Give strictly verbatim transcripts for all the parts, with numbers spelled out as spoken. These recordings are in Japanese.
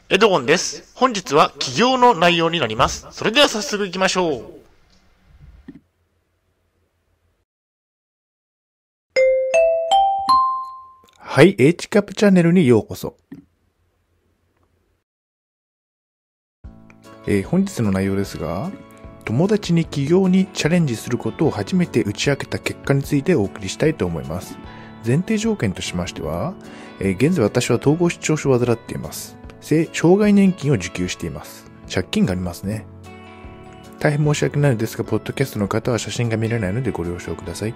エドゴンです。本日は起業の内容になります。それでは早速行きましょう。 はい、H キャップチャンネルにようこそ。えー、本日の内容ですが、友達に起業にチャレンジすることを初めて打ち明けた結果についてお送りしたいと思います。前提条件としましては、えー、現在私は統合失調症を患っています。障害年金を受給しています。借金がありますね。大変申し訳ないのですが、ポッドキャストの方は写真が見れないのでご了承ください。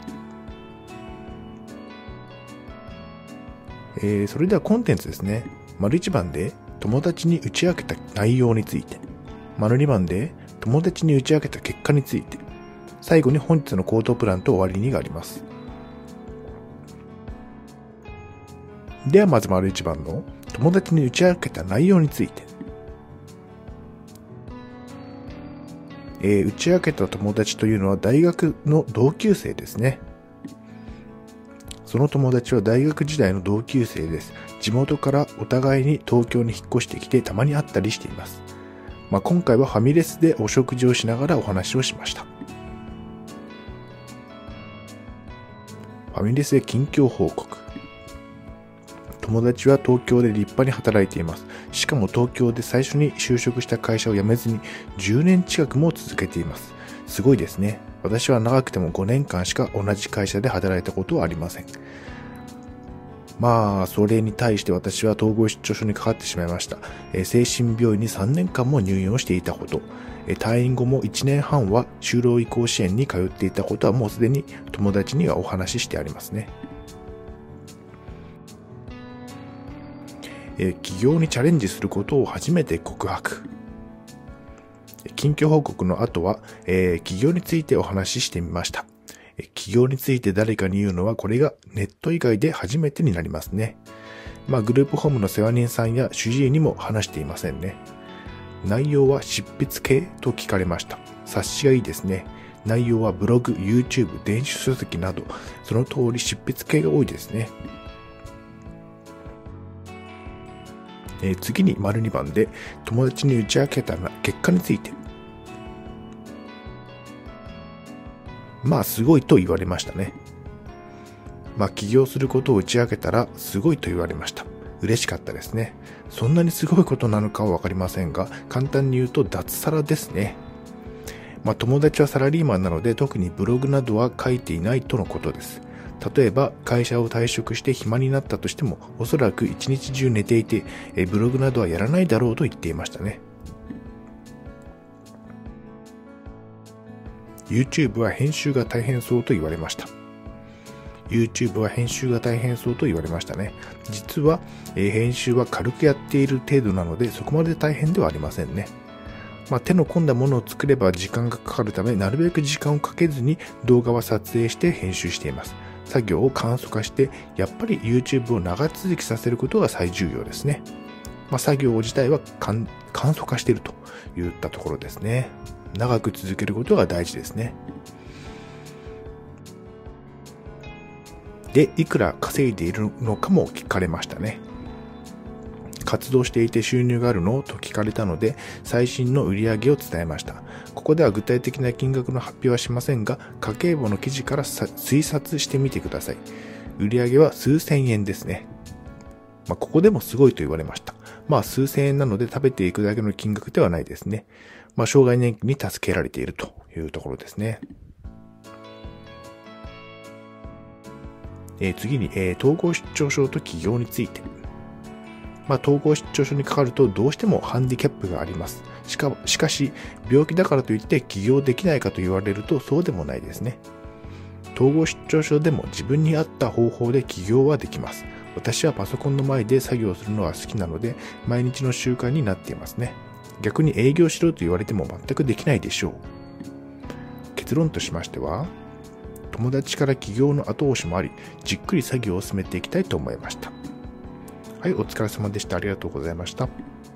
えー、それではコンテンツですね。丸いちばんで友達に打ち明けた内容について、丸にばんで友達に打ち明けた結果について、最後に本日の行動プランと終わりにがあります。ではまず丸いちばんの友達に打ち明けた内容について、えー、打ち明けた友達というのは大学の同級生ですね。その友達は大学時代の同級生です。地元からお互いに東京に引っ越してきてたまに会ったりしています。まあ、今回はファミレスでお食事をしながらお話をしました。ファミレスで近況報告。友達は東京で立派に働いています。しかも東京で最初に就職した会社を辞めずにじゅうねん近くも続けています。すごいですね。私は長くてもごねんかんしか同じ会社で働いたことはありません。まあ、それに対して私は統合失調症にかかってしまいました。え精神病院にさんねんかんも入院をしていたこと。え退院後もいちねんはんは就労移行支援に通っていたことはもうすでに友達にはお話ししてありますね。え起業にチャレンジすることを初めて告白。近況報告の後は、えー、起業についてお話ししてみました。起業について誰かに言うのはこれがネット以外で初めてになりますね。まあグループホームの世話人さんや主治医にも話していませんね。内容は執筆系と聞かれました。察しがいいですね。内容はブログ、YouTube、電子書籍など、その通り執筆系が多いですね。えー、次に丸にばんで友達に打ち明けた結果について。まあすごいと言われましたね。まあ起業することを打ち明けたらすごいと言われました。嬉しかったですね。そんなにすごいことなのかはわかりませんが、簡単に言うと脱サラですね。まあ友達はサラリーマンなので特にブログなどは書いていないとのことです。例えば会社を退職して暇になったとしてもおそらく一日中寝ていてブログなどはやらないだろうと言っていましたね。 YouTube は編集が大変そうと言われました。 YouTube は編集が大変そうと言われましたね。実は、えー、編集は軽くやっている程度なのでそこまで大変ではありませんね。まあ、手の込んだものを作れば時間がかかるためなるべく時間をかけずに動画は撮影して編集しています。作業を簡素化してやっぱり YouTube を長続きさせることが最重要ですね。まあ、作業自体は簡素化しているといったところですね。長く続けることが大事ですね。で、いくら稼いでいるのかも聞かれましたね。活動していて収入があるのと聞かれたので最新の売り上げを伝えました。ここでは具体的な金額の発表はしませんが家計簿の記事から推察してみてください。売り上げは数千円ですね。まあ、ここでもすごいと言われました。まあ数千円なので食べていくだけの金額ではないですね。まあ障害年金に助けられているというところですね。えー、次に、えー、統合失調症と起業について。まあ、統合失調症にかかるとどうしてもハンディキャップがあります。しか、しかし、病気だからといって起業できないかと言われるとそうでもないですね。統合失調症でも自分に合った方法で起業はできます。私はパソコンの前で作業するのは好きなので、毎日の習慣になっていますね。逆に営業しろと言われても全くできないでしょう。結論としましては、友達から起業の後押しもあり、じっくり作業を進めていきたいと思いました。はい、お疲れ様でした。ありがとうございました。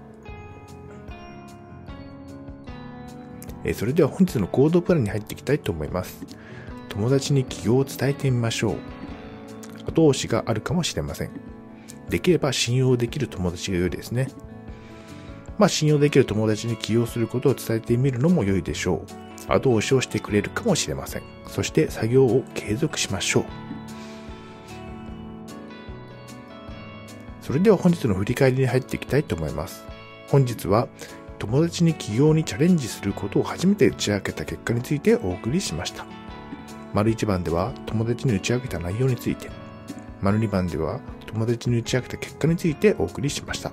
えー、それでは本日の行動プランに入っていきたいと思います。友達に起業を伝えてみましょう。後押しがあるかもしれません。できれば信用できる友達が良いですね。 まあ信用できる友達に起用することを伝えてみるのも良いでしょう。後押しをしてくれるかもしれません。そして作業を継続しましょう。それでは本日の振り返りに入っていきたいと思います。本日は友達に起業にチャレンジすることを初めて打ち明けた結果についてお送りしました。丸いちばんでは友達に打ち明けた内容について、丸にばんでは友達に打ち明けた結果についてお送りしました。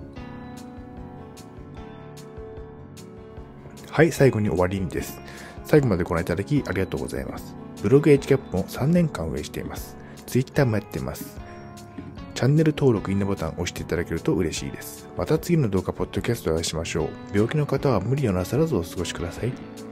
はい、最後に終わりにです。最後までご覧いただきありがとうございます。ブログ エイチキャップ もさんねんかん運営しています。Twitter もやっています。チャンネル登録、いいねボタンを押していただけると嬉しいです。また次の動画、ポッドキャストでお会いしましょう。病気の方は無理をなさらずお過ごしください。